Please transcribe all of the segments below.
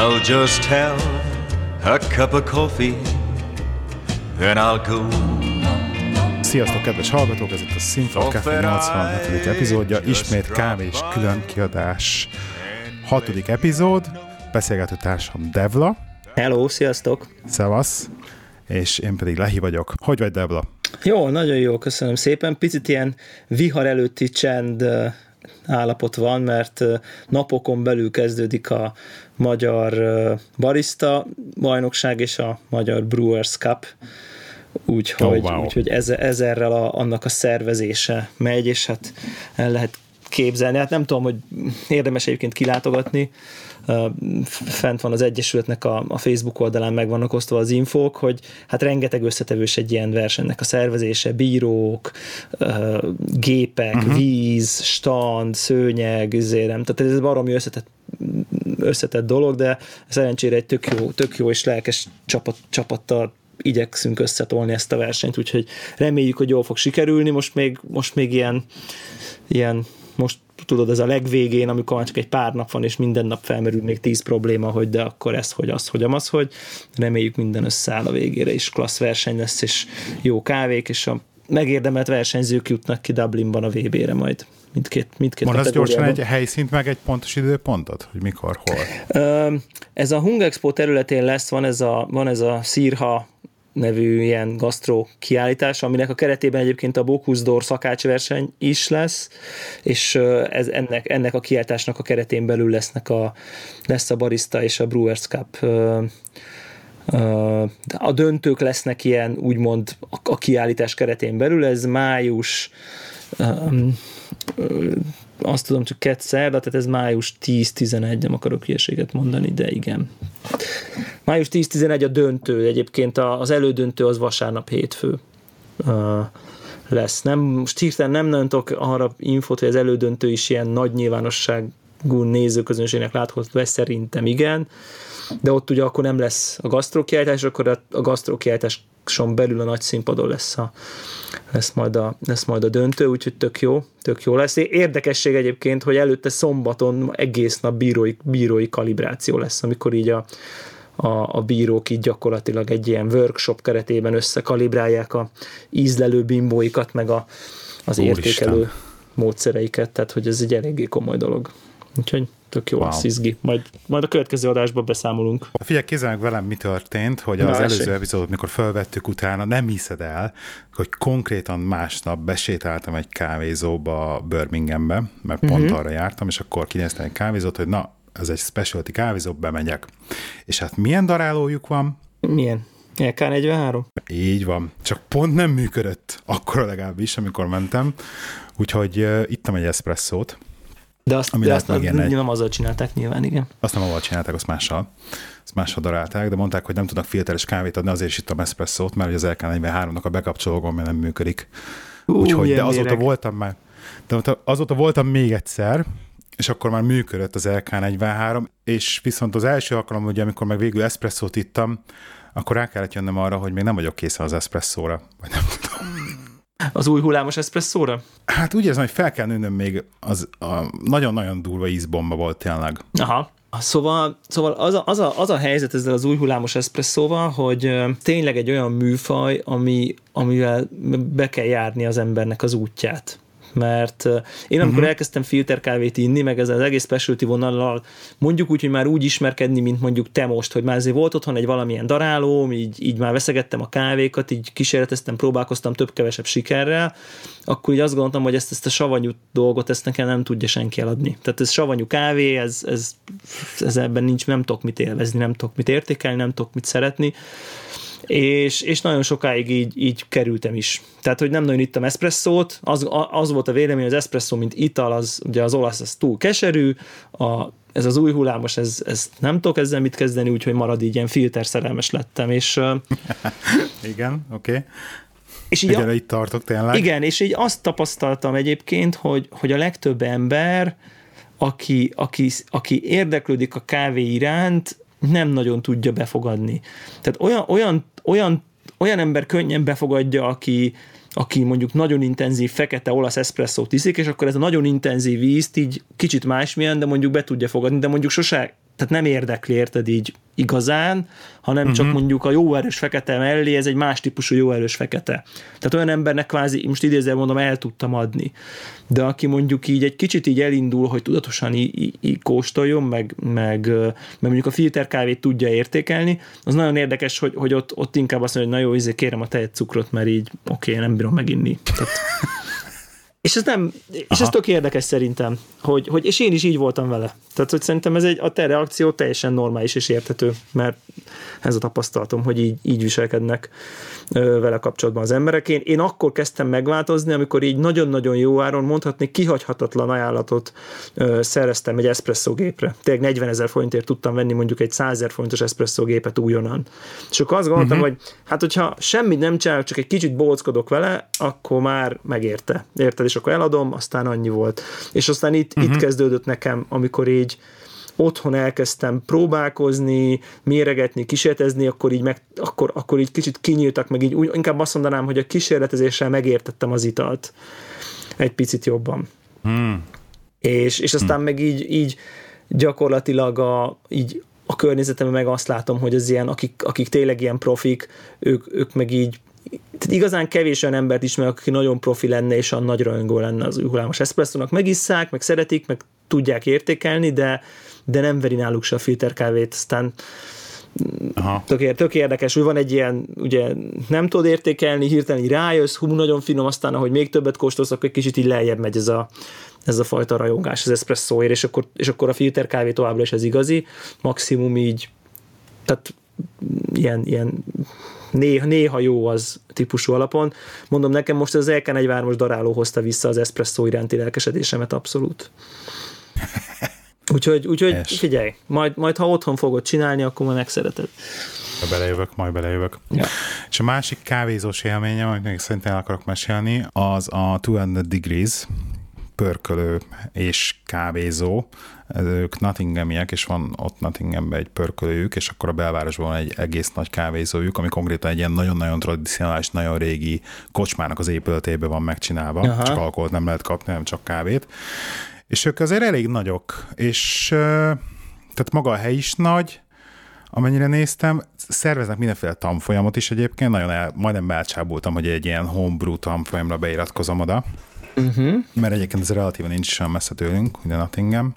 I'll just have a cup of coffee, then I'll go. Sziasztok, kedves hallgatók! Ez itt a Színfolt Café 87. epizódja, ismét kávé és külön kiadás 6. epizód. Beszélgető társam Devla. Hello, sziasztok! Szevasz! És én pedig Lehi vagyok. Hogy vagy, Devla? Jó, nagyon jó, köszönöm szépen. Picit ilyen vihar előtti csend állapot van, mert napokon belül kezdődik a magyar barista bajnokság és a magyar Brewers Cup, úgyhogy ezerrel annak a szervezése megy, és hát el lehet képzelni. Hát nem tudom, hogy érdemes egyébként kilátogatni. Fent van az Egyesületnek a Facebook oldalán, meg vannak osztva az infók, hogy hát rengeteg összetevős egy ilyen versenynek a szervezése, bírók, gépek, víz, stand, szőnyeg, nem. Tehát ez baromi összetett dolog, de szerencsére egy tök jó és lelkes csapattal igyekszünk összetolni ezt a versenyt, úgyhogy reméljük, hogy jól fog sikerülni. Most még ilyen most tudod, ez a legvégén, amikor már csak egy pár nap van, és minden nap felmerül még 10 probléma, hogy de akkor ez, hogy az, hogy amaz, hogy reméljük minden összeáll a végére, és klassz verseny lesz, és jó kávék, és a megérdemelt versenyzők jutnak ki Dublinban a VB-re majd. Mindkét mondasz gyorsan egy helyszínt, meg egy pontos időpontot, hogy mikor, hol? Ez a Hung Expo területén lesz, van ez a Szirha nevű ilyen gasztró kiállítás, aminek a keretében egyébként a Bocuse d'Or szakácsverseny is lesz, és ennek a kiállításnak a keretén belül lesz a barista és a Brewers Cup. A döntők lesznek ilyen, úgymond a kiállítás keretén belül, ez május azt tudom, csak szerda, tehát ez május 10-11, nem akarok hülyeséget mondani, de igen. Május 10-11 a döntő, egyébként az elődöntő az vasárnap hétfő lesz. Most hirtelen nem nagyon tudok arra infót, hogy az elődöntő is ilyen nagy nyilvánosságú nézőközönségnek látható, vagy szerintem igen, de ott ugye akkor nem lesz a gasztrókiállítás, akkor a gasztrókiállításon belül a nagy színpadon lesz majd a döntő, úgyhogy tök jó lesz. Érdekesség egyébként, hogy előtte szombaton egész nap bírói kalibráció lesz, amikor így a bírók így gyakorlatilag egy ilyen workshop keretében összekalibrálják a ízlelő bimbóikat, meg az értékelő módszereiket, tehát hogy ez egy eléggé komoly dolog. Úgyhogy tök jó, wow. Izgi. Majd a következő adásban beszámolunk. Figyelj, képzelj meg velem, mi történt, hogy az előző epizódot, mikor felvettük utána, nem hiszed el, hogy konkrétan másnap besétáltam egy kávézóba Birminghambe, mert pont arra jártam, és akkor kinéztem egy kávézót, hogy na, ez egy specialty kávézó, bemegyek. És hát milyen darálójuk van? Milyen? LK43? Így van. Csak pont nem működött. Akkor legalábbis, amikor mentem. Úgyhogy ittam egy eszpresszót. De azt nem azzal csinálták nyilván, igen. Azt nem avval csinálták, azt mással darálták, de mondták, hogy nem tudnak filteres kávét adni, azért is ittam eszpresszót, mert az LK43-nak a bekapcsoló gombja nem működik. Úgyhogy, de azóta voltam még egyszer, és akkor már működött az LK43, és viszont az első alkalom, ugye, amikor meg végül eszpresszót ittam, akkor rá kellett jönnöm arra, hogy még nem vagyok készen az eszpresszóra, vagy nem tudom. Az új hullámos eszpresszóra? Hát úgy érzem, hogy fel kell nőnöm még, a nagyon-nagyon durva ízbomba volt tényleg. Aha. Szóval az a helyzet ezzel az új hullámos eszpresszóval, hogy tényleg egy olyan műfaj, amivel be kell járni az embernek az útját. Mert én amikor elkezdtem filterkávét inni, meg ezzel az egész specialty vonallal, mondjuk úgy, hogy már úgy ismerkedni, mint mondjuk te most, hogy már azért volt otthon egy valamilyen darálóm, így már veszegettem a kávékat, így kísérleteztem, próbálkoztam több-kevesebb sikerrel, akkor így azt gondoltam, hogy ezt a savanyú dolgot, ezt nekem nem tudja senki eladni. Tehát ez savanyú kávé, ez ebben nincs, nem tudok mit élvezni, nem tudok mit értékelni, nem tudok mit szeretni. És nagyon sokáig így kerültem is. Tehát, hogy nem nagyon ittam eszpresszót, az volt a vélemény, az eszpresszó, mint ital, ugye az olasz, az túl keserű, ez az új hullámos, ez nem tudok ezzel mit kezdeni, úgyhogy marad így ilyen filterszerelmes lettem, és... Igen, oké. Okay. És így itt tartok tényleg. Igen, és így azt tapasztaltam egyébként, hogy a legtöbb ember, aki érdeklődik a kávé iránt, nem nagyon tudja befogadni. Tehát olyan ember könnyen befogadja, aki mondjuk nagyon intenzív fekete olasz eszpresszót iszik, és akkor ez a nagyon intenzív ízt így kicsit másmilyen, de mondjuk be tudja fogadni, de mondjuk sose, tehát nem érdekli, érted így igazán, hanem csak mondjuk a jó erős fekete mellé, ez egy más típusú jó erős fekete. Tehát olyan embernek kvázi, most idézően mondom, el tudtam adni. De aki mondjuk így egy kicsit így elindul, hogy tudatosan így kóstoljon, meg mondjuk a filterkávét tudja értékelni, az nagyon érdekes, hogy ott inkább azt mondja, hogy na jó, kérem a tejet cukrot, mert így oké, nem bírom meginni. Tehát, és ez tök érdekes szerintem, hogy és én is így voltam vele. Tehát, hogy szerintem a te reakció teljesen normális és érthető, mert ez a tapasztalatom, hogy így viselkednek vele kapcsolatban az emberek. Én akkor kezdtem megváltozni, amikor így nagyon-nagyon jó áron, mondhatni kihagyhatatlan ajánlatot szereztem egy eszpresszó gépre. Tényleg 40 000 forintért tudtam venni mondjuk egy 100 000 forintos eszpresszó gépet újonnan. És akkor azt gondoltam, hogy hát hogyha semmit nem csinálok, csak egy kicsit bóckodok vele, akkor már megérte. Érted? És akkor eladom, aztán annyi volt. És aztán itt kezdődött nekem, amikor így otthon elkezdtem próbálkozni, méregetni, kísérletezni, akkor így kicsit kinyíltak, meg így inkább azt mondanám, hogy a kísérletezéssel megértettem az italt egy picit jobban. És aztán meg így gyakorlatilag a környezetemben meg azt látom, hogy az ilyen, akik tényleg ilyen profik, ők meg így tehát igazán kevés olyan embert ismerek, aki nagyon profi lenne, és olyan nagy rajongó lenne az hullámos eszpresszónak. Megisszák, meg szeretik, meg tudják értékelni, de nem veri náluk se a filterkávét, aztán tök érdekes, hogy van egy ilyen, ugye nem tudod értékelni, hirtelen így rájössz, nagyon finom, aztán ahogy még többet kóstolsz, akkor egy kicsit így lejjebb megy ez a fajta rajongás az eszpresszóért, és akkor a filterkávé továbbra is ez igazi, maximum így, tehát ilyen néha jó az típusú alapon. Mondom, nekem most az LK43-os daráló hozta vissza az eszpresszó iránti lelkesedésemet abszolút. Úgyhogy figyelj, majd ha otthon fogod csinálni, akkor majd megszereted. Majd belejövök. Ja. És a másik kávézós élményem, amit még szerintem el akarok mesélni, az a 200 Degrees pörkölő és kávézó. Ők Nottinghamiek, és van ott Nottinghamben egy pörkölőjük, és akkor a belvárosban van egy egész nagy kávézójuk, ami konkrétan egy ilyen nagyon-nagyon tradicionális, nagyon régi kocsmának az épületében van megcsinálva. Aha. Csak alkoholt nem lehet kapni, nem csak kávét. És ők azért elég nagyok, és tehát maga a hely is nagy, amennyire néztem, szerveznek mindenféle tanfolyamot is egyébként, majdnem elcsábultam, hogy egy ilyen homebrew tanfolyamra beiratkozom oda, mert egyébként ez relatíven nincs olyan messze tőlünk, ugye Nottingham.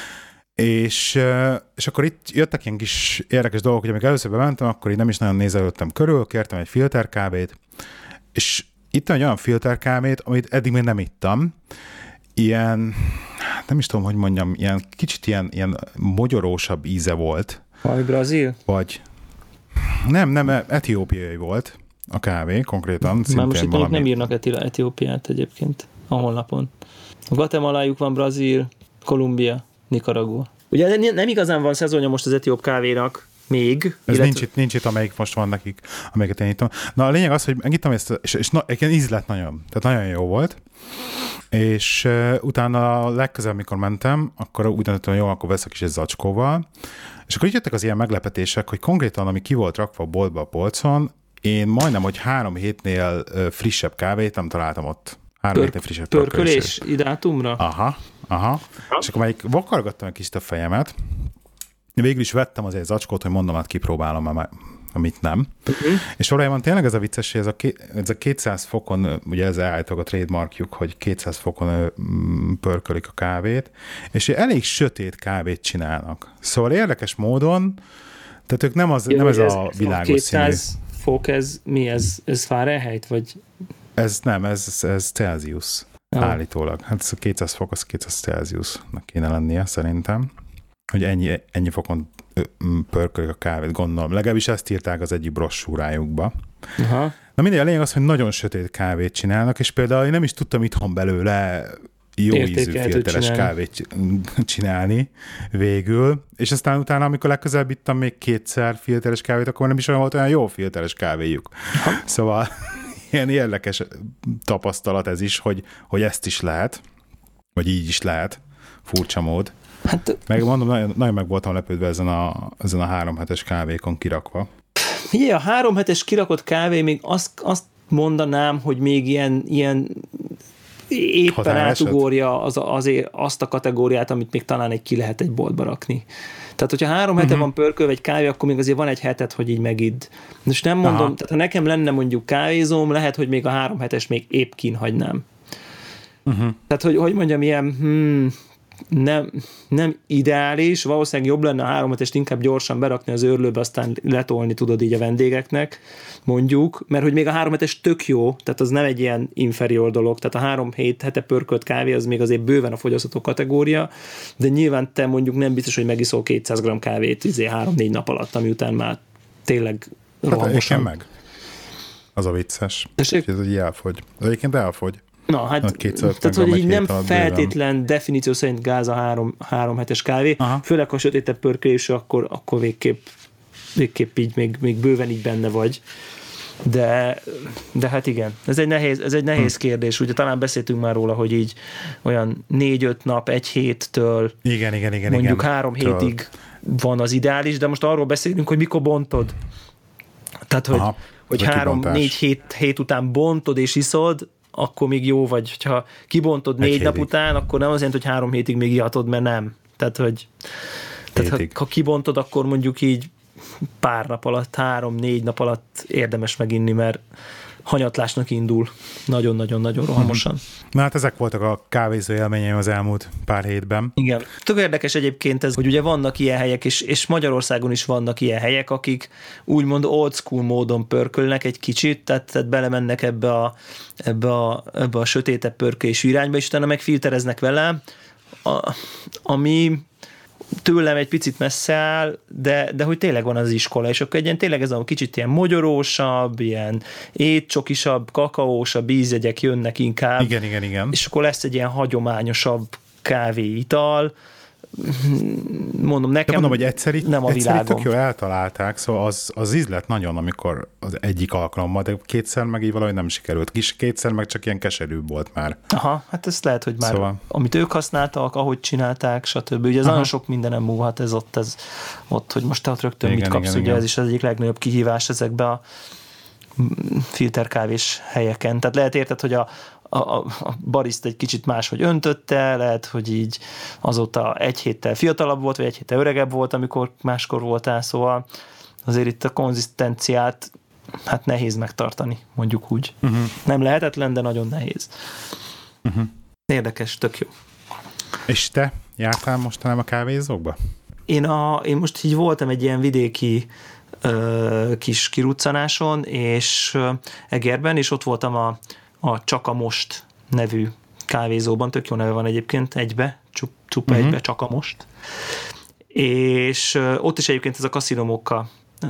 És akkor itt jöttek ilyen kis érdekes dolgok, hogy amikor először bementem, akkor így nem is nagyon nézelődtem körül, kértem egy filterkávét, és ittam egy olyan filterkávét, amit eddig még nem ittam, ilyen, nem is tudom, hogy mondjam, ilyen kicsit ilyen mogyorósabb íze volt. Vagy brazil? Vagy nem, etiópiai volt a kávé konkrétan. Már most itt nem írnak Etiópiát egyébként a honlapon. A Guatemalájuk van, Brazil, Kolumbia, Nicaragua. Ugye nem igazán van szezonja most az etióp kávénak még. Ez nincs itt, amelyik most van nekik, amelyiket én ittam. Na a lényeg az, hogy megittam ezt, és egy íz lett nagyon, tehát nagyon jó volt. És utána a legközelebb, mikor mentem, akkor úgy döntöttem, hogy jó, akkor veszek is egy zacskóval. És akkor így jöttek az ilyen meglepetések, hogy konkrétan, ami ki volt rakva a boltba a polcon, én majdnem, hogy 3 hétnél frissebb kávét nem találtam ott. 3 hétnél frissebb pörkölés idátumra? Aha. És akkor már vakargattam egy kicsit a fejemet. Végül is vettem azért zacskót, hogy mondom, hát kipróbálom, amit nem. És valójában tényleg ez a vicces, hogy ez a 200 fokon, ugye ez állítólag a trademarkjuk, hogy 200 fokon pörkölik a kávét, és elég sötét kávét csinálnak. Szóval érdekes módon, tehát ők nem ez a világos színű. 200 fok, ez mi? Ez Fahrenheit, vagy? Ez Celsius. Állítólag. Hát ez a 200 fok, az 200 Celsiusnak kéne lennie, szerintem. Hogy ennyi fokon pörkölik a kávét, gondolom. Legalábbis ezt írták az egyik brossúrájukba. Aha. Na mindegy, a lényeg az, hogy nagyon sötét kávét csinálnak, és például én nem is tudtam itthon belőle jó ízű filteres kávét csinálni végül, és aztán utána, amikor legközelebb ittam még 2-szer filteres kávét, akkor nem is olyan volt olyan jó filteres kávéjuk. Szóval ilyen érdekes tapasztalat ez is, hogy ezt is lehet, vagy így is lehet, furcsa mód. Hát, megmondom, nagyon meg voltam lepődve ezen a 3 hetes kávékon kirakva. Ugye, a 3 hetes kirakott kávé, még azt mondanám, hogy még ilyen éppen átugorja azt a kategóriát, amit még talán ki lehet egy boltba rakni. Tehát, hogyha 3 hete van pörkölve egy kávé, akkor még azért van egy hetet, hogy így megidd. Most nem mondom, tehát ha nekem lenne mondjuk kávézóm, lehet, hogy még a 3 hetes még épp kínhagynám. Tehát, hogy mondjam, ilyen nem ideális, valószínűleg jobb lenne a 3 hetest inkább gyorsan berakni az őrlőbe, aztán letolni tudod így a vendégeknek, mondjuk, mert hogy még a 3 hetes tök jó, tehát az nem egy ilyen inferior dolog, tehát a 3 hete pörkölt kávé az még azért bőven a fogyasztható kategória, de nyilván te mondjuk nem biztos, hogy megiszol 200 g kávét 3-4 nap alatt, ami után már tényleg rohamosan. Meg. Az a vicces. Ez így elfogy. Az egyébként elfogy. Na, hát, tehát hogy így nem feltétlen definíció szerint gáz a 3 hetes kávé, főleg ha sötétebb pörkölésű, akkor végképp így még bőven így benne vagy. De hát igen, ez egy nehéz kérdés. Ugye talán beszéltünk már róla, hogy így olyan 4-5 nap, 1 héttől igen, mondjuk 3 hétig van az ideális, de most arról beszélünk, hogy mikor bontod. Tehát, hogy 3-4 hét után bontod és iszod, akkor még jó vagy. Ha kibontod 4 nap után, akkor nem az jelent, hogy 3 hétig még ihatod, mert nem. Tehát ha kibontod, akkor mondjuk így pár nap alatt, 3-4 nap alatt érdemes meginni, mert hanyatlásnak indul. Nagyon-nagyon-nagyon rohamosan. Na hát ezek voltak a kávézó élményeim az elmúlt pár hétben. Igen. Tök érdekes egyébként ez, hogy ugye vannak ilyen helyek, és Magyarországon is vannak ilyen helyek, akik úgymond old school módon pörkölnek egy kicsit, tehát belemennek ebbe a sötétebb pörkölésű irányba, és utána megfiltereznek vele, ami tőlem egy picit messze áll, de hogy tényleg van az iskola, és akkor tényleg ez a kicsit ilyen mogyorósabb, ilyen étcsokisabb, kakaósabb ízjegyek jönnek inkább. Igen. És akkor lesz egy ilyen hagyományosabb kávéital. Mondom, nekem hogy egyszer nem a világom. Tök jól eltalálták, szóval az ízlet nagyon, amikor az egyik alkalommal, de 2-szer meg így valahogy nem sikerült. 2-szer meg csak ilyen keserűbb volt már. Aha, hát ez lehet, hogy már amit ők használtak, ahogy csinálták, stb. Ugye ez nagyon sok mindenem múlhat ez ott, hogy most te ott rögtön mit kapsz, ugye ez is az egyik legnagyobb kihívás ezekbe a filterkávés helyeken. Tehát lehet érted, hogy a barista egy kicsit máshogy öntötte, lehet, hogy így azóta 1 héttel fiatalabb volt, vagy 1 héttel öregebb volt, amikor máskor voltál, szóval azért itt a konzisztenciát hát nehéz megtartani, mondjuk úgy. Nem lehetetlen, de nagyon nehéz. Érdekes, tök jó. És te jártál mostanában a kávézókba? Én most így voltam egy ilyen vidéki kis kiruccanáson, és Egerben, és ott voltam a Csak a Most nevű kávézóban, tök jó neve van egyébként, csupa egybe, Csak a Most. És ott is egyébként ez a Casino Mocha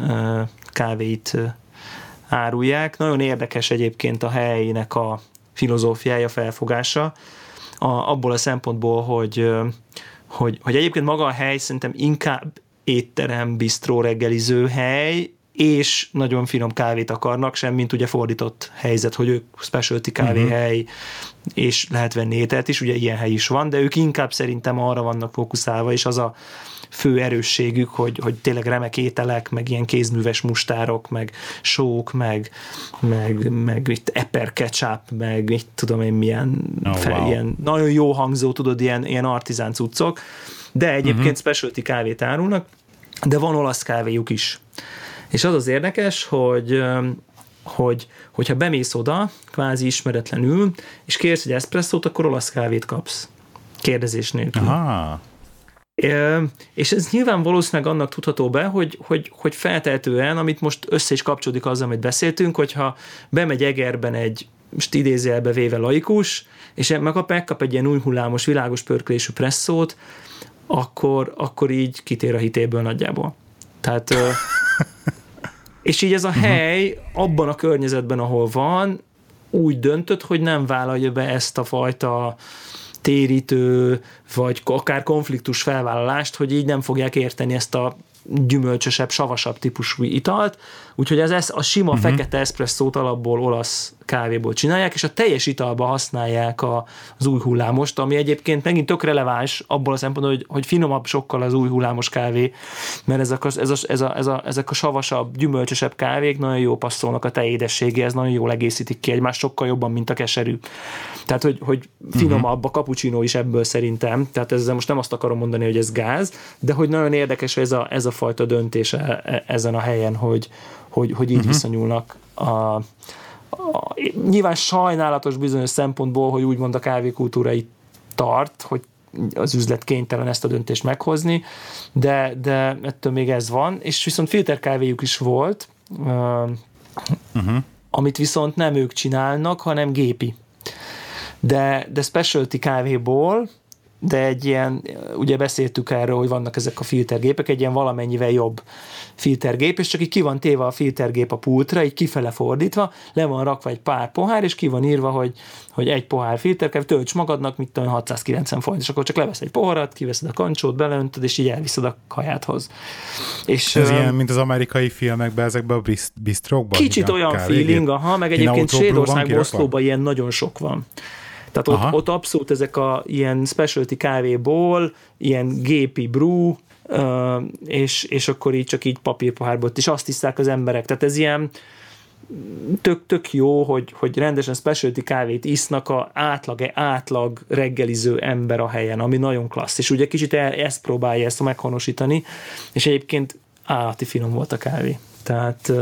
kávéit árulják. Nagyon érdekes egyébként a helynek a filozófiája, felfogása, abból a szempontból, hogy egyébként maga a hely szerintem inkább étterem, bistró, reggeliző hely, és nagyon finom kávét akarnak, semmint ugye fordított helyzet, hogy ők specialty kávéhely, és lehet venni ételt is, ugye ilyen hely is van, de ők inkább szerintem arra vannak fókuszálva, és az a fő erősségük, hogy tényleg remek ételek, meg ilyen kézműves mustárok, meg sók, meg itt eper ketchup, meg itt tudom én milyen, ilyen nagyon jó hangzó, tudod, ilyen artizán cuccok, de egyébként specialty kávét árulnak, de van olasz kávéjuk is. És az érdekes, hogyha bemész oda, kvázi ismeretlenül, és kérsz egy eszpresszót, akkor olasz kávét kapsz. Kérdezés nélkül. Aha. És ez nyilván valószínűleg annak tudható be, hogy feltehetően, amit most össze is kapcsolódik azzal, amit beszéltünk, hogyha bemegy Egerben egy, most idézőjelbe véve laikus, és megkap egy ilyen új hullámos, világos pörkölésű presszót, akkor így kitér a hitéből nagyjából. Tehát és így ez a hely abban a környezetben, ahol van, úgy döntött, hogy nem vállalja be ezt a fajta térítő, vagy akár konfliktus felvállalást, hogy így nem fogják érteni ezt a gyümölcsösebb, savasabb típusú italt, Úgyhogy ez a sima fekete eszpresszót alapból olasz kávéból csinálják, és a teljes italba használják az új hullámost, ami egyébként megint tök releváns abból a szempontból, hogy finomabb sokkal az új hullámos kávé, mert ezek a savasabb, gyümölcsösebb kávék nagyon jó passzolnak a tejédességéhez, nagyon jól egészítik ki egymást, sokkal jobban, mint a keserű. Tehát, hogy finomabb a cappuccino is ebből szerintem, tehát ezzel most nem azt akarom mondani, hogy ez gáz, de hogy nagyon érdekes ez a fajta döntés ezen a helyen, hogy így viszonyulnak nyilván sajnálatos bizonyos szempontból, hogy úgymond a kávékultúra itt tart, hogy az üzlet kénytelen ezt a döntést meghozni, de ettől még ez van, és viszont filterkávéjuk is volt, amit viszont nem ők csinálnak, hanem gépi. De specialty kávéból, de egy ilyen, ugye beszéltük erről, hogy vannak ezek a filtergépek, egy ilyen valamennyivel jobb filtergép, és csak így ki van téve a filtergép a pultra, így kifele fordítva, le van rakva egy pár pohár, és ki van írva, hogy egy pohár filterkávé, tölts magadnak, mit tudom, 690 forint, és akkor csak levesz egy poharat, kiveszed a kancsót, beleöntöd, és így elviszed a kajádhoz. És ez ilyen, mint az amerikai filmekben, ezekben a bistrókban? Kicsit olyan feeling, meg egyébként Svédországban, Oszlóban ilyen nagyon sok van. Tehát ott abszolút ezek a ilyen specialty kávéból, ilyen gépi brew, és akkor így csak így papírpohárból, és azt hiszák az emberek. Tehát ez ilyen tök jó, hogy rendesen specialty kávét isznak a átlag reggeliző ember a helyen, ami nagyon klassz. És ugye kicsit ezt próbálja ezt meghonosítani, és egyébként állati finom volt a kávé. Tehát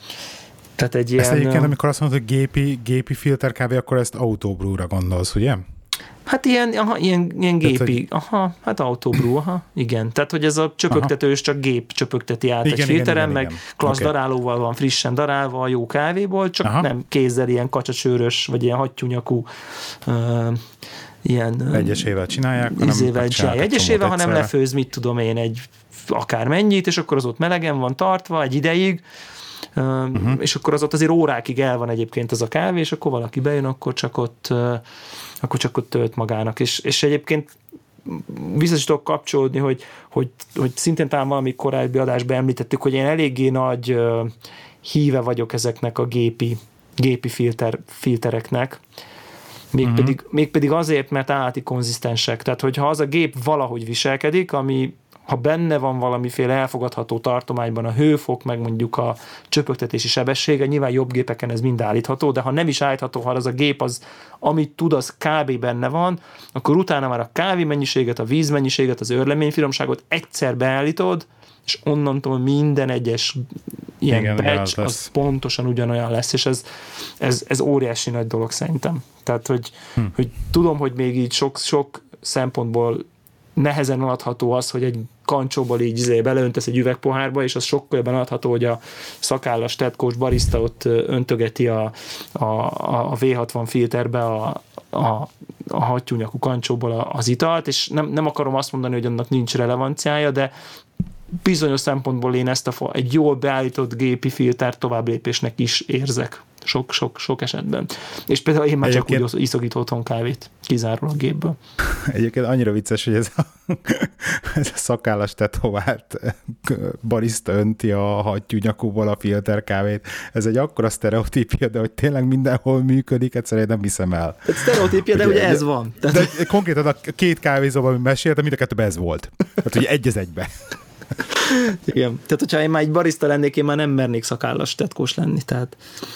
egy ilyen... Ezt egyébként, amikor azt mondod, hogy gépi filterkávé, akkor ezt autobrewra gondolsz, ugye? Hát ilyen gépi, hát autobrew, igen. Tehát, hogy ez a csöpögtetős csak gép csöpögteti át egy filteren, meg klassz darálóval van frissen darálva a jó kávéból, csak nem kézzel ilyen kacsacsőrös, vagy ilyen hattyúnyakú ilyen... Egyesével csinálják, egyesével, hanem lefőz, mit tudom én, egy akármennyit, és akkor az ott melegen van tartva egy ideig, és akkor az ott azért órákig el van egyébként az a kávé, és akkor valaki bejön, akkor csak ott tölt magának. És egyébként vissza is tudok kapcsolódni, hogy szintén talán valami korábbi adásban említettük, hogy én eléggé nagy híve vagyok ezeknek a gépi filtereknek, mégpedig azért, mert állati konzisztensek. Tehát, hogyha az a gép valahogy viselkedik, ami ha benne van valamiféle elfogadható tartományban a hőfok, meg mondjuk a csöpögtetési sebessége, nyilván jobb gépeken ez mind állítható, de ha nem is állítható, ha az a gép az, amit tud, az kb. Benne van, akkor utána már a kávé mennyiséget, a víz mennyiséget, az őrleményfinomságot egyszer beállítod, és onnantól minden egyes ilyen batch, az pontosan ugyanolyan lesz, és ez óriási nagy dolog szerintem. Tehát, hogy tudom, hogy még így sok szempontból nehezen adható az, hogy egy kancsóból így beleöntesz egy üvegpohárba, és az sokkal jobban adható, hogy a szakállas tetkós barista ott öntögeti a V60 filterbe a hattyúnyakú kancsóból az italt, és nem akarom azt mondani, hogy annak nincs relevanciája, de bizonyos szempontból én ezt egy jól beállított gépi filter továbblépésnek is érzek. Sok esetben. És például én már csak úgy iszok itt otthon kávét, kizárólag gépből. Egyébként annyira vicces, hogy ez a szakállas tetovált barista önti a hattyúnyakúból a filterkávét. Ez egy akkora sztereotípia, de hogy tényleg mindenhol működik, egyszerűen nem hiszem el. Ez sztereotípia, de ugye ez van. De konkrétan a két kávézóban, amit meséltem, mind a kettőben ez volt. Tehát ugye egy az egybe. Igen. Tehát, hogyha én már egy barista lennék, én már nem mernék szakállas tetkós lenni, tehát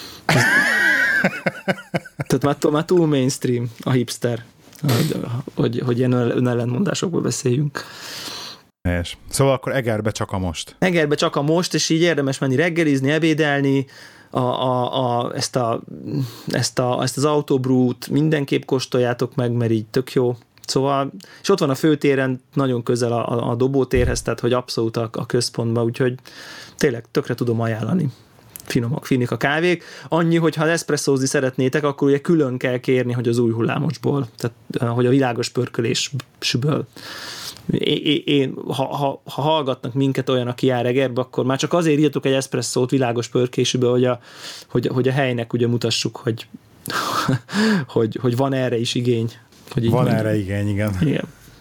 már túl mainstream a hipster, hogy ilyen önellentmondásokból beszéljünk. Szóval akkor Egerbe csak a most. Egerbe csak a most, és így érdemes menni reggelizni, ebédelni, ezt az autobrewt mindenképp kóstoljátok meg, mert így tök jó. Szóval, és ott van a főtéren, nagyon közel a dobótérhez, tehát hogy abszolút a központban, úgyhogy tényleg tökre tudom ajánlani. Finik a kávék. Annyi, hogy ha eszpresszózni szeretnétek, akkor ugye külön kell kérni, hogy az új hullámosból, tehát hogy a világos pörkölésből. Ha hallgatnak minket olyan, aki jár Egerbe, akkor már csak azért írjatok egy eszpresszót világos pörkésűbe, hogy a helynek ugye mutassuk, hogy van erre is igény. Van erre igény, igen.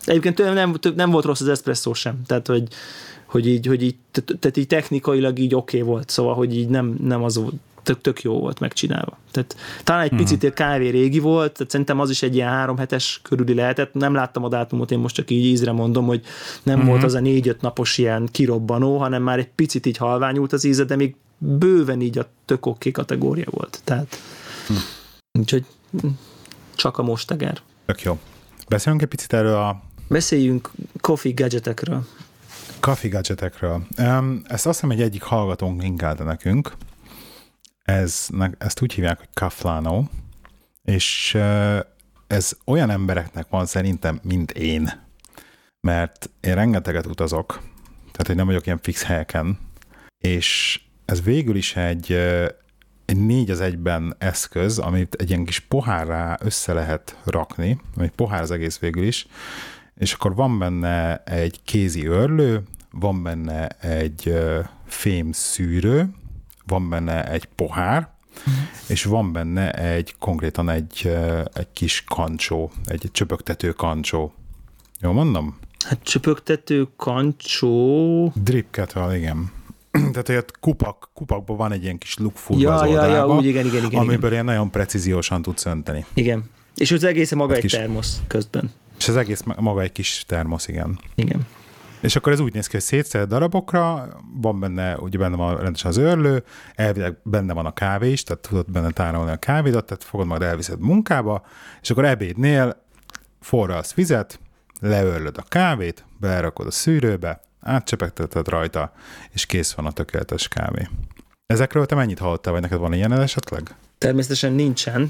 Egyébként nem volt rossz az eszpresszó sem, tehát hogy így technikailag így oké volt, szóval hogy így nem az volt, tök jó volt megcsinálva. Tehát talán egy picit kávé régi volt, tehát szerintem az is egy ilyen 3 hetes körüli lehetett, nem láttam a dátumot, én most csak így ízre mondom, hogy nem volt az a 4-5 napos ilyen kirobbanó, hanem már egy picit így halványult az íze, de még bőven így a tök oké kategória volt. Tehát úgyhogy csak a mosteger. Tök jó. Beszéljünk egy picit erről Beszéljünk coffee gadgetekről. Coffee gadgetekről. Ezt azt hiszem, hogy egyik hallgatónk linkelte nekünk. Ezt úgy hívják, hogy Kaflano, és ez olyan embereknek van szerintem, mint én. Mert én rengeteget utazok, tehát hogy nem vagyok ilyen fix helyeken, és ez végül is egy 4:1 eszköz, amit egy ilyen kis pohárrá össze lehet rakni, egy pohár az egész végül is, és akkor van benne egy kézi örlő, van benne egy fém szűrő, van benne egy pohár, és van benne konkrétan egy kis kancsó, egy csöpögtető kancsó. Jól mondom? Hát csöpögtető kancsó... Drip kettle, igen. Tehát, hogy kupakban van egy ilyen kis lukfúrva az oldalába, igen, amiből ilyen nagyon precíziósan tudsz önteni. Igen. És az egész maga egy termosz közben. És az egész maga egy kis termosz, igen. Igen. És akkor ez úgy néz ki, hogy szétszed darabokra, benne van rendesen az örlő, elvileg benne van a kávé is, tehát tudod benne tárolni a kávédat, tehát fogod majd elviszed munkába, és akkor ebédnél forralsz vizet, leörlöd a kávét, belerakod a szűrőbe, átcsepegteted rajta, és kész van a tökéletes kávé. Ezekről te mennyit hallottál, vagy neked van ilyen esetleg? Természetesen nincsen.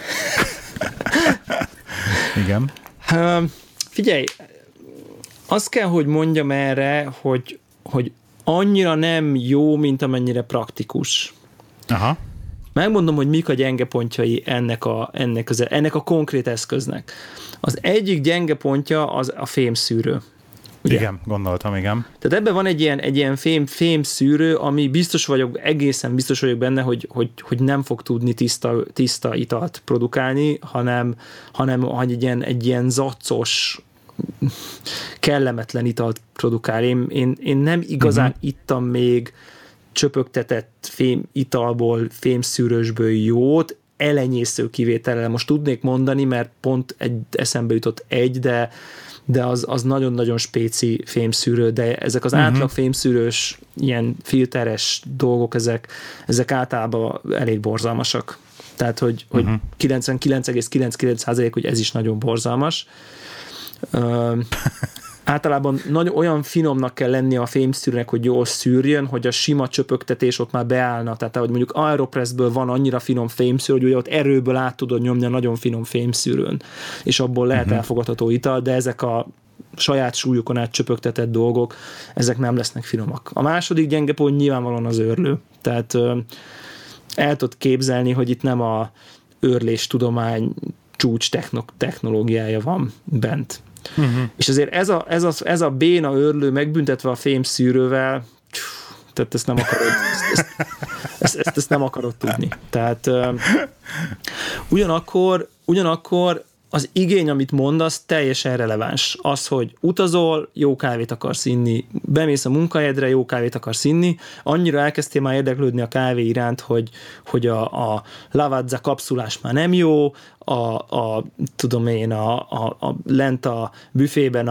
Igen. Figyelj, azt kell, hogy mondjam erre, hogy annyira nem jó, mint amennyire praktikus. Aha. Megmondom, hogy mik a gyenge pontjai ennek a konkrét eszköznek. Az egyik gyenge pontja az a fémszűrő. Ugye? Igen, gondoltam, igen. Tehát ebben van egy ilyen fém szűrő, ami egészen biztos vagyok benne, hogy nem fog tudni tiszta italt produkálni, hanem egy ilyen zaccos, kellemetlen italt produkál. Én nem igazán ittam még csöpögtetett italból, fémszűrősből jót, elenyésző kivétellel. Most tudnék mondani, mert pont eszembe jutott de az nagyon-nagyon spéci fémszűrő, de ezek az átlag fémszűrős, ilyen filteres dolgok, ezek általában elég borzalmasak. Tehát, hogy 99,99%, hogy ez is nagyon borzalmas. Általában olyan finomnak kell lennie a fémszűrőnek, hogy jól szűrjön, hogy a sima csöpögtetés ott már beállna. Tehát, hogy mondjuk Aeropressből van annyira finom fémszűrő, hogy ugye ott erőből át tudod nyomni a nagyon finom fémszűrőn, és abból lehet elfogadható ital, de ezek a saját súlyukon át csöpögtetett dolgok, ezek nem lesznek finomak. A második gyenge pont nyilvánvalóan az örlő. Tehát el tudod képzelni, hogy itt nem a őrlés tudomány csúcs technológiája van bent. És azért ez a béna örlő megbüntetve a fémszűrővel, tehát ezt nem akarod, ezt nem akarod tudni. Tehát ugyanakkor az igény, amit mondasz, teljesen releváns. Az, hogy utazol, jó kávét akarsz inni, bemész a munkahelyedre, jó kávét akarsz inni, annyira elkezdtél már érdeklődni a kávé iránt, hogy a Lavazza kapszulás már nem jó, lent a büfében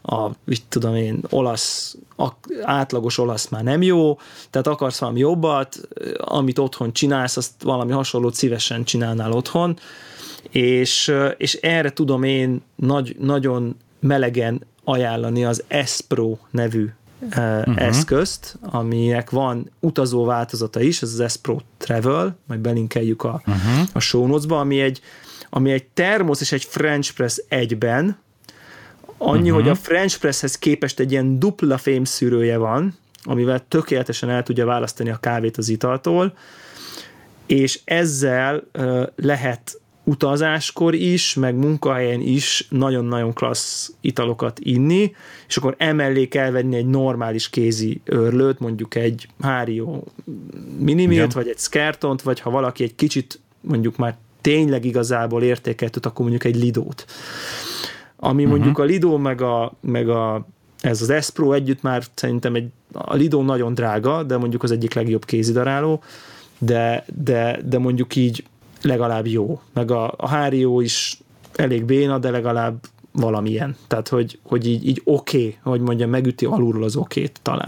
átlagos olasz már nem jó, tehát akarsz valami jobbat, amit otthon csinálsz, azt valami hasonlót szívesen csinálnál otthon, és erre tudom én nagyon melegen ajánlani az S-Pro nevű eszközt, aminek van utazó változata is, ez az S-Pro Travel, majd belinkeljük a show notes-ba, ami egy termosz és egy French press egyben, annyi, hogy a French presshez képest egy ilyen dupla fémszűrője van, amivel tökéletesen el tudja választani a kávét az italtól, és ezzel lehet utazáskor is, meg munkahelyen is nagyon-nagyon klassz italokat inni, és akkor emellé kell venni egy normális kézi örlőt, mondjuk egy Hario Minimilt, vagy egy Skertont, vagy ha valaki egy kicsit mondjuk már tényleg igazából értékeltet, akkor mondjuk egy Lidót. ami mondjuk a Lido meg ez az S-Pro együtt már szerintem a Lido nagyon drága, de mondjuk az egyik legjobb kézidaráló, de mondjuk így legalább jó. Meg a Hario is elég béna, de legalább valamilyen. Tehát, hogy így oké, hogy mondjam, megüti alulról az okét talán.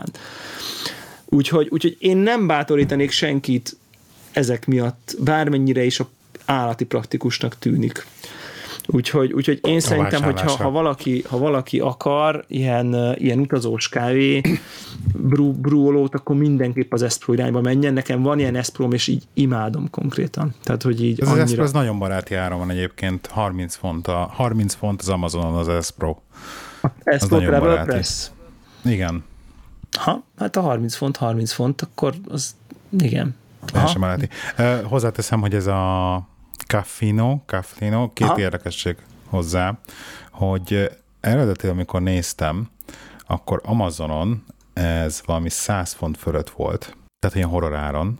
Úgyhogy én nem bátorítanék senkit ezek miatt, bármennyire is a állati praktikusnak tűnik. Úgyhogy én szerintem, hogy ha valaki akar ilyen utazós kávé brúolót, akkor mindenképp az S-Pro irányba menjen. Nekem van ilyen S-Pro, és így imádom konkrétan. Tehát, hogy így ez annyira... Az S-Pro az nagyon baráti áron van egyébként, 30 font az Amazonon az S-Pro. A S-Pro Travel Press? Igen. Hát a 30 font, akkor az igen. Teljesen baráti. Hozzáteszem, hogy ez a Caffino, két érdekesség hozzá, hogy eredetileg, amikor néztem, akkor Amazonon ez valami 100 font fölött volt. Tehát ilyen horror áron.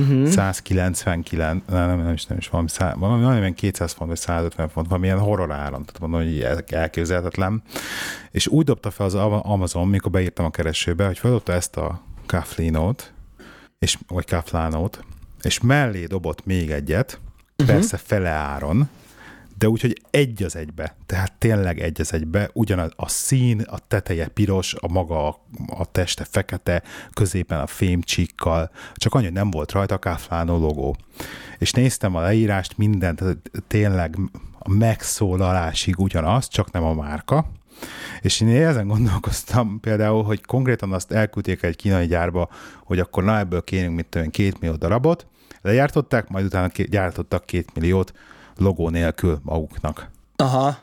199, nem is valami 200 font, vagy 150 font, valamilyen horror áron. Tehát mondom, hogy elképzelhetetlen. És úgy dobta fel az Amazon, mikor beírtam a keresőbe, hogy feldobta ezt a Cafflinót, vagy Cafflánót, és mellé dobott még egyet, persze fele áron, de úgyhogy egy az egybe, tehát tényleg egy az egybe, ugyanaz a szín, a teteje piros, a maga a teste fekete, középen a fémcsíkkal, csak annyi, hogy nem volt rajta a Cafflánó logó. És néztem a leírást, mindent, tényleg a megszólalásig ugyanaz, csak nem a márka. És én ezen gondolkoztam például, hogy konkrétan azt elküldték egy kínai gyárba, hogy akkor na ebből kérünk 2 millió darabot, legyártották, majd utána gyártottak 2 milliót logó nélkül maguknak. Aha.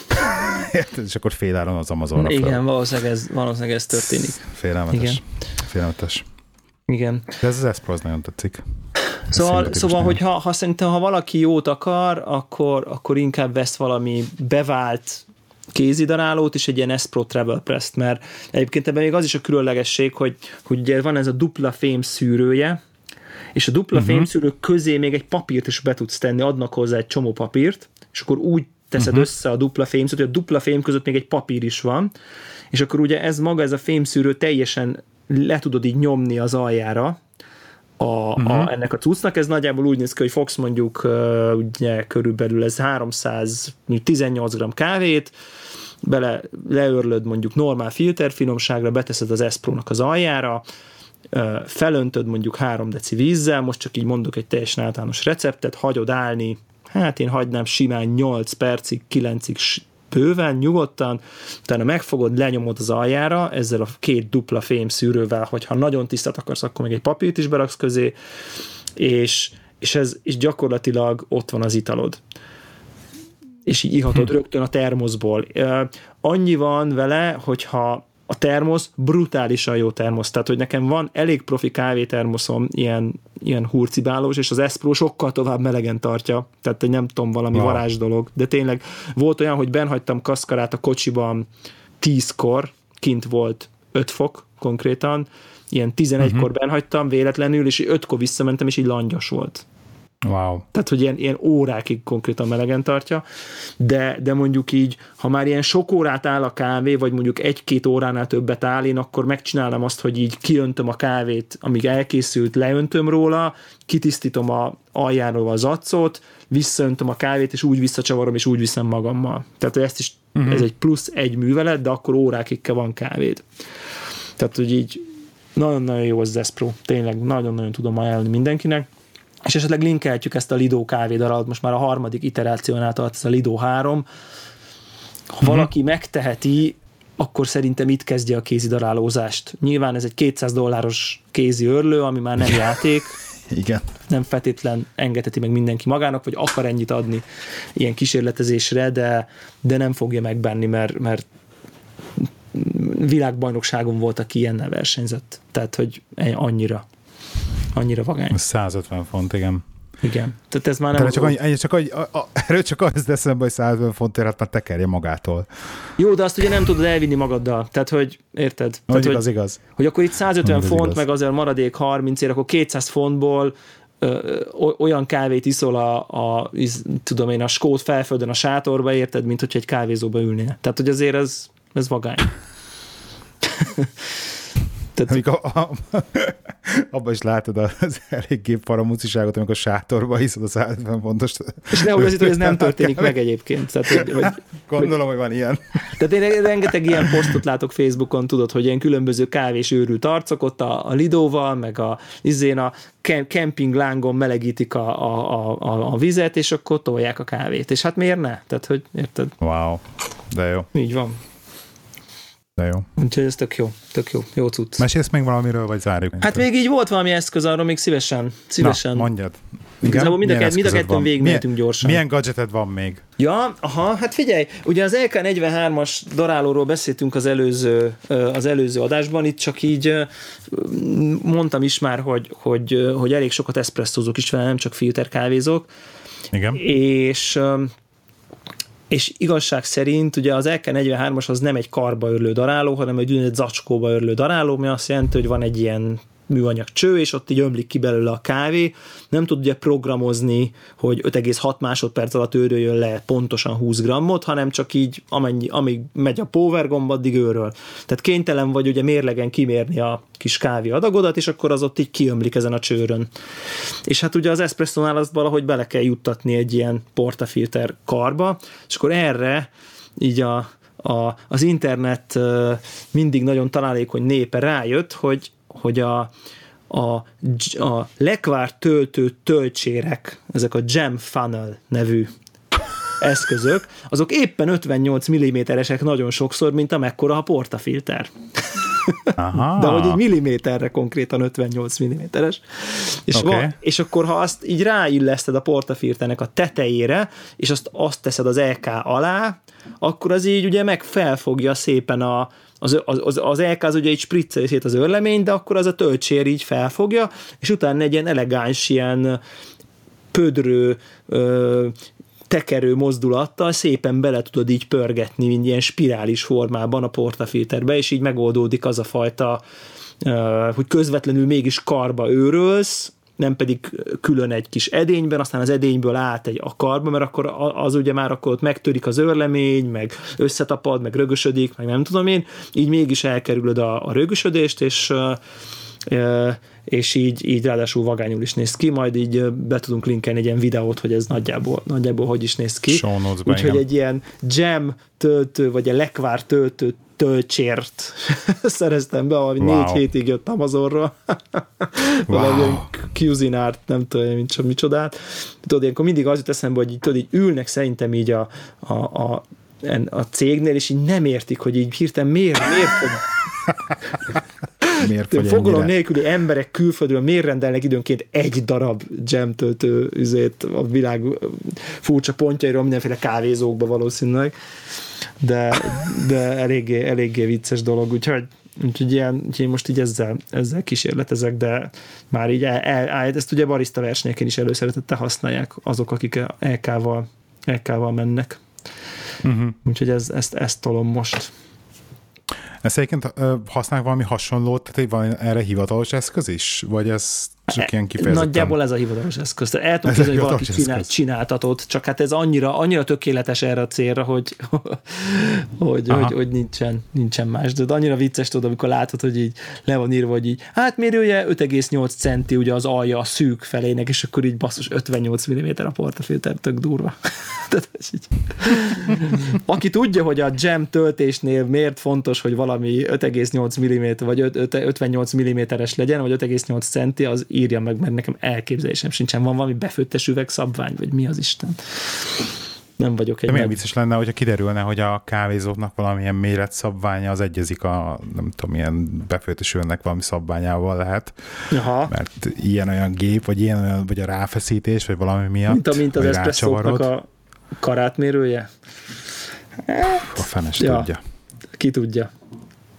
És akkor féláron az Amazonra fel. Igen, valószínűleg ez történik. Félelmetes. Igen. De ez az S-Pro az nagyon tetszik. Szóval hogyha szerintem, ha valaki jót akar, akkor inkább vesz valami bevált kézidarálót és egy ilyen S-Pro Travel Press-t, mert egyébként ebben még az is a különlegesség, hogy ugye van ez a dupla fém szűrője, és a dupla fémszűrő közé még egy papírt is be tudsz tenni, adnak hozzá egy csomó papírt, és akkor úgy teszed össze a dupla fémszűrőt, hogy a dupla fém között még egy papír is van, és akkor ugye ez a fémszűrő teljesen le tudod így nyomni az aljára ennek a cuccnak. Ez nagyjából úgy néz ki, hogy fogsz mondjuk ugye körülbelül ez 318 g kávét, leörlöd mondjuk normál filterfinomságra, beteszed az S-Pro-nak az aljára, felöntöd mondjuk 3 deci vízzel, most csak így mondok egy teljesen általános receptet, hagyod állni, hát én hagynám simán 8 percig, 9-ig bőven, nyugodtan, utána megfogod, lenyomod az aljára, ezzel a 2 dupla fém szűrővel, hogyha nagyon tisztát akarsz, akkor még egy papírt is beraksz közé, és gyakorlatilag ott van az italod. És így ihatod rögtön a termoszból. Annyi van vele, hogyha a termosz brutálisan jó termosz, tehát hogy nekem van elég profi kávétermoszom, ilyen hurcibálós, és az S-Pro sokkal tovább melegen tartja, tehát egy nem tudom, valami varázs dolog, de tényleg volt olyan, hogy benhagytam kaszkarát a kocsiban 10-kor, kint volt 5 fok konkrétan, ilyen 11-kor benhagytam véletlenül, és 5-kor visszamentem, és így langyos volt. Wow. Tehát, hogy ilyen órákig konkrétan melegen tartja, de mondjuk így, ha már ilyen sok órát áll a kávé, vagy mondjuk 1-2 óránál többet áll, én akkor megcsinálom azt, hogy így kiöntöm a kávét, amíg elkészült, leöntöm róla, kitisztítom a aljáról az accot, visszaöntöm a kávét, és úgy visszacsavarom, és úgy viszem magammal. Tehát ezt is, ez egy plusz egy művelet, de akkor órákig van kávéd. Tehát, hogy így nagyon-nagyon jó az S-Pro, tényleg nagyon-nagyon tudom ajánlani mindenkinek. És esetleg linkelhetjük ezt a Lido kávédarabot, most már a 3. iterációnál tart ez a Lido 3. Ha valaki megteheti, akkor szerintem itt kezdje a kézidarálózást. Nyilván ez egy $200 kézi örlő, ami már nem játék. Igen. Nem feltétlen engedheti meg mindenki magának, vagy akar ennyit adni ilyen kísérletezésre, de nem fogja megbánni, mert világbajnokságon volt, aki ilyennel versenyzett. Tehát, hogy annyira vagány. 150 font, igen. Igen. Tehát ez már nem... Erről csak az eszembe, hogy 150 fontért, hát már tekerje magától. Jó, de azt ugye nem tudod elvinni magaddal. Tehát, hogy érted? Tehát, igaz. Hogy akkor itt 150 font, igaz. meg azért maradék 30 ér, akkor 200 fontból olyan kávét iszol tudom én, a Skót felföldön a sátorba, érted, mint hogyha egy kávézóba ülnél. Tehát, hogy azért ez vagány. Abban is látod az eléggé paramuciságot, amikor sátorba iszod a 150 fontos. És nehogy az itt, hogy ez nem történik meg egyébként. Tehát, gondolom, hogy van ilyen. Tehát én rengeteg ilyen posztot látok Facebookon, tudod, hogy ilyen különböző kávés őrült arcok ott a Lidóval, meg a kempinglángon melegítik a vizet, és akkor tolják a kávét. És hát miért ne? Tehát, hogy érted? Wow, de jó. Így van. De jó. Úgyhogy ez tök jó cucc. Mesélsz még valamiről, vagy zárjuk? Hát még így volt valami eszköz, arról még szívesen. Na, mondjad. Igazából mind a kettőn végigmehetünk gyorsan. Milyen gadgeted van még? Ja, hát figyelj, ugye az LK43-as darálóról beszéltünk az előző adásban, itt csak így mondtam is már, hogy elég sokat eszpresszózok is vele, nem csak filterkávézok. Igen. És igazság szerint ugye az LK43-as az nem egy karba örlő daráló, hanem egy zacskóba örlő daráló, ami azt jelenti, hogy van egy ilyen műanyag cső, és ott így ömlik ki belőle a kávé. Nem tud ugye programozni, hogy 5,6 másodperc alatt őröljön le pontosan 20 grammot, hanem csak így amíg megy a power gomb, addig őröl. Tehát kénytelen vagy ugye mérlegen kimérni a kis kávé adagodat, és akkor az ott így kiömlik ezen a csőrön. És hát ugye az espresszónál azt valahogy bele kell juttatni egy ilyen portafilter karba, és akkor erre így az internet mindig nagyon találékony népe rájött, hogy a lekvárt töltő töltsérek, ezek a Jam Funnel nevű eszközök, azok éppen 58 mm-esek nagyon sokszor, mint amekkora a portafilter. Aha. De hogy egy milliméterre konkrétan 58 mm-es. És akkor, ha azt így ráilleszted a portafilternek a tetejére, és azt teszed az LK alá, akkor az így ugye meg felfogja szépen az LK az ugye így spricceli szét az őrlemény, de akkor az a töltsér így felfogja, és utána egy ilyen elegáns, ilyen pödrő, tekerő mozdulattal szépen bele tudod így pörgetni, mint ilyen spirális formában a portafilterbe, és így megoldódik az a fajta, hogy közvetlenül mégis karba őrölsz, nem pedig külön egy kis edényben, aztán az edényből át a karba, mert akkor az ugye már akkor ott megtörik az őrlemény, meg összetapad, meg rögösödik, meg nem tudom én, így mégis elkerülöd a rögösödést, és így ráadásul vagányul is néz ki, majd így be tudunk linkelni egy ilyen videót, hogy ez nagyjából hogy is néz ki. Úgyhogy egy ilyen jam töltő, vagy egy lekvár töltő töltsért szereztem be, ami 4 hétig jött Amazonra. Valamilyen Cuisinart, nem tudom, mint micsodát. Tudod, ilyenkor mindig az jut eszembe, hogy így ülnek szerintem így a cégnél, és így nem értik, hogy így hirtelen miért fogalom nélküli emberek külföldről miért rendelnek időnként egy darab jam töltő üzét a világ furcsa pontjairól, mindenféle kávézókba valószínűleg, de eléggé vicces dolog, úgyhogy én most így ezzel kísérletezek, de már így ezt ugye barista versenyeken is előszeretettel használják azok, akik LK-val mennek. Uh-huh. Úgyhogy ezt tolom most. Ezt egyébként használják valami hasonlót, tehát van erre hivatalos eszköz is? Vagy ez csak ilyen kifejezetten? Nagyjából ez a hivatalos eszköz. El tudom képzelni, hogy valaki csináltatott, csak hát ez annyira tökéletes erre a célra, hogy nincsen más. De annyira vicces tudod, amikor látod, hogy így le van írva, hogy így, hát mérője 5,8 centi ugye az alja a szűk felének, és akkor így basszus 58 mm a portafilter, tök durva. Aki tudja, hogy a jam töltésnél miért fontos, hogy valami 5,8 mm vagy 58 mm-es legyen, vagy 5,8 centi, az írja meg, mert nekem elképzelésem sincsen. Van valami befőttes üvegszabvány, vagy mi az Isten? Nem vagyok egy... De milyen vicces lenne, hogyha kiderülne, hogy a kávézóknak valamilyen méretszabványa az egyezik a, nem tudom, ilyen befőttes üvegnek valami szabványával lehet. Aha. Mert ilyen-olyan gép, vagy ilyen-olyan, vagy a ráfeszítés, vagy valami miatt. Mint az eszpresszóknak a karátmérője? A fenes tudja. Ki tudja.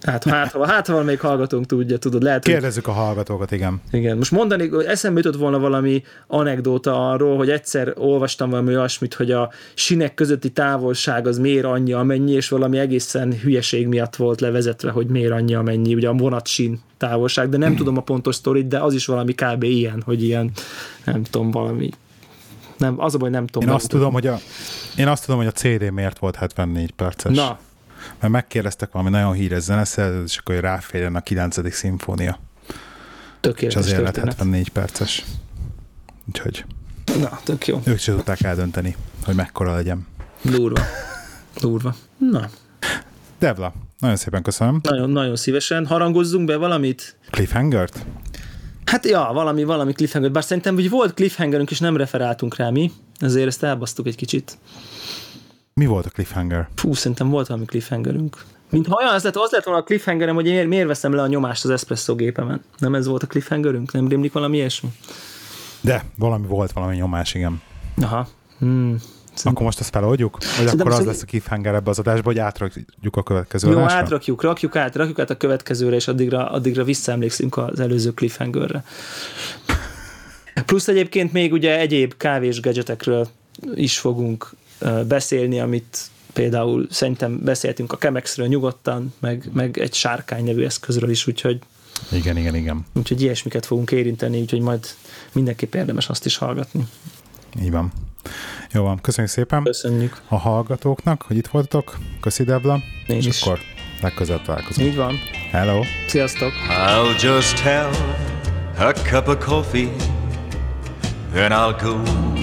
Hát valamelyik hallgatónk tudod, lehet, kérdezzük a hallgatókat, igen. Igen, most mondani, eszembe jutott volna valami anekdóta arról, hogy egyszer olvastam valami olyasmit, hogy a sinek közötti távolság az miért annyi, amennyi, és valami egészen hülyeség miatt volt levezetve, hogy miért annyi, amennyi, ugye a vonatsin távolság, de nem tudom a pontos sztorit, de az is valami kb. Ilyen, hogy ilyen, nem tudom, valami. Nem, az a baj, nem tudom. Én azt tudom, hogy a CD miért volt 74 perces. Na. Mert megkérdeztek valami nagyon híres zeneszerzőt, és akkor ráférjen a 9. szimfónia. Tökéletes. És azért lett 74 perces. Úgyhogy na, tök jó. Ők sem tudták eldönteni, hogy mekkora legyen. Durva. Na. Devla, nagyon szépen köszönöm. Nagyon szívesen. Harangozzunk be valamit? Cliffhangert? Hát ja, valami cliffhanger. Bár szerintem, hogy volt cliffhangerünk, és nem referáltunk rá mi. Ezért ezt elbasztuk egy kicsit. Mi volt a cliffhanger? Fú, szerintem volt valami cliffhangerünk. Mintha olyan, az lett volna a cliffhangerem, hogy én miért veszem le a nyomást az espresso gépemen. Nem ez volt a cliffhangerünk? Nem rémlik valami ilyesmi? De, valami nyomás, igen. Aha. Akkor most ezt feloldjuk? Vagy akkor az lesz a cliffhanger ebbe az adásba, hogy átrakjuk a következő adásra? Jó, rakjuk át a következőre, és addigra visszaemlékszünk az előző cliffhangerre. Plusz egyébként még ugye egyéb kávés gadgetekről is fogunk beszélni, amit például szerintem beszéltünk a Chemexről nyugodtan, meg egy sárkány nevű eszközről is, úgyhogy igen. Úgyhogy ilyesmiket fogunk érinteni, úgyhogy majd mindenképp érdemes azt is hallgatni. Így van. Jó van, köszönjük szépen. Köszönjük a hallgatóknak, hogy itt voltatok. Köszi, Devla. És is. Akkor legközelebb találkozunk. Így van. Hello. Sziasztok. I'll just have a cup of coffee, then I'll go.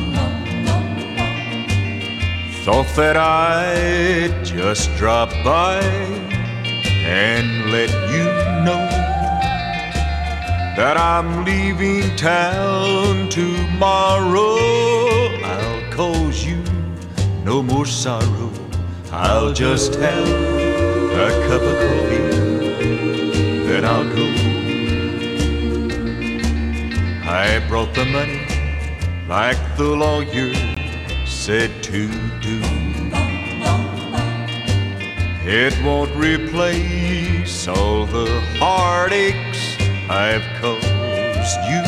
Thought that I'd just drop by and let you know that I'm leaving town tomorrow. I'll cause you no more sorrow. I'll just have a cup of coffee, then I'll go. I brought the money like the lawyer said to do. It won't replace all the heartaches I've caused you.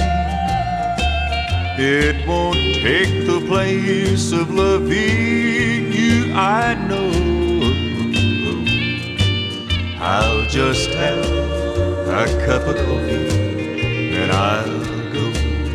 It won't take the place of loving you, I know. I'll just have a cup of coffee, then I'll go.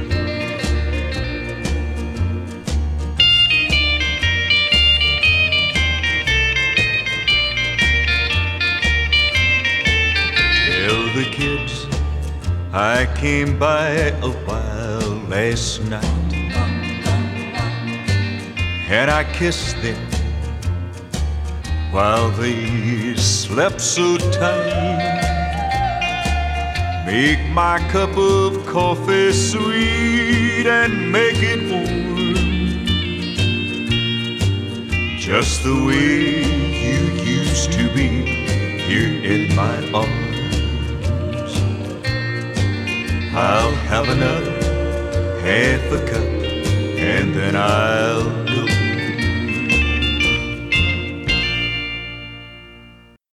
Tell the kids I came by a while last night, and I kissed them while they slept so tight. Make my cup of coffee sweet and make it warm, just the way you used to be here in my arms. I'll have another half a cup and then I'll